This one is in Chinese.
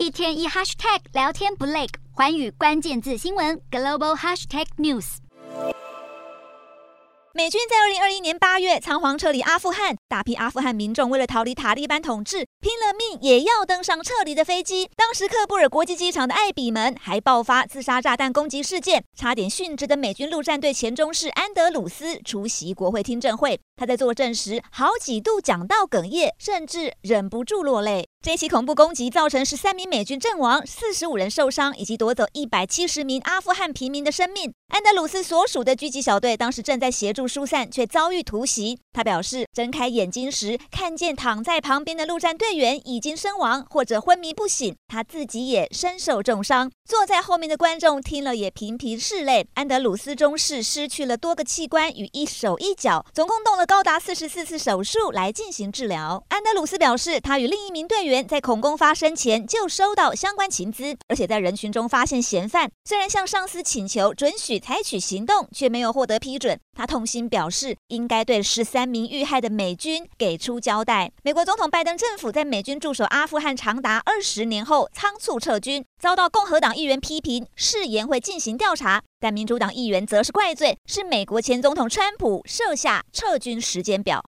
一天一 hashtag 聊天不累，寰宇关键字新闻 global hashtag news。 美军在2021年8月仓皇撤离阿富汗，大批阿富汗民众为了逃离塔利班统治，拼了命也要登上撤离的飞机。当时喀布尔国际机场的艾比门还爆发自杀炸弹攻击事件，差点殉职的美军陆战队前中士安德鲁斯出席国会听证会，他在作证时好几度讲到哽咽，甚至忍不住落泪。这起恐怖攻击造成13名美军阵亡，45人受伤，以及夺走170名阿富汗平民的生命。安德鲁斯所属的狙击小队当时正在协助疏散，却遭遇突袭。他表示，睁开眼睛时看见躺在旁边的陆战队员已经身亡或者昏迷不醒，他自己也身受重伤。坐在后面的观众听了也频频拭泪。安德鲁斯中士失去了多个器官与一手一脚，总共动了高达44次手术来进行治疗。安德鲁斯表示，他与另一名队员在恐攻发生前就收到相关情资，而且在人群中发现嫌犯，虽然向上司请求准许采取行动，却没有获得批准。他痛心表示，应该对13名遇害的美军给出交代。美国总统拜登政府在美军驻守阿富汗长达20年后仓促撤军，遭到共和党议员批评，誓言会进行调查，但民主党议员则是怪罪是美国前总统川普设下撤军时间表。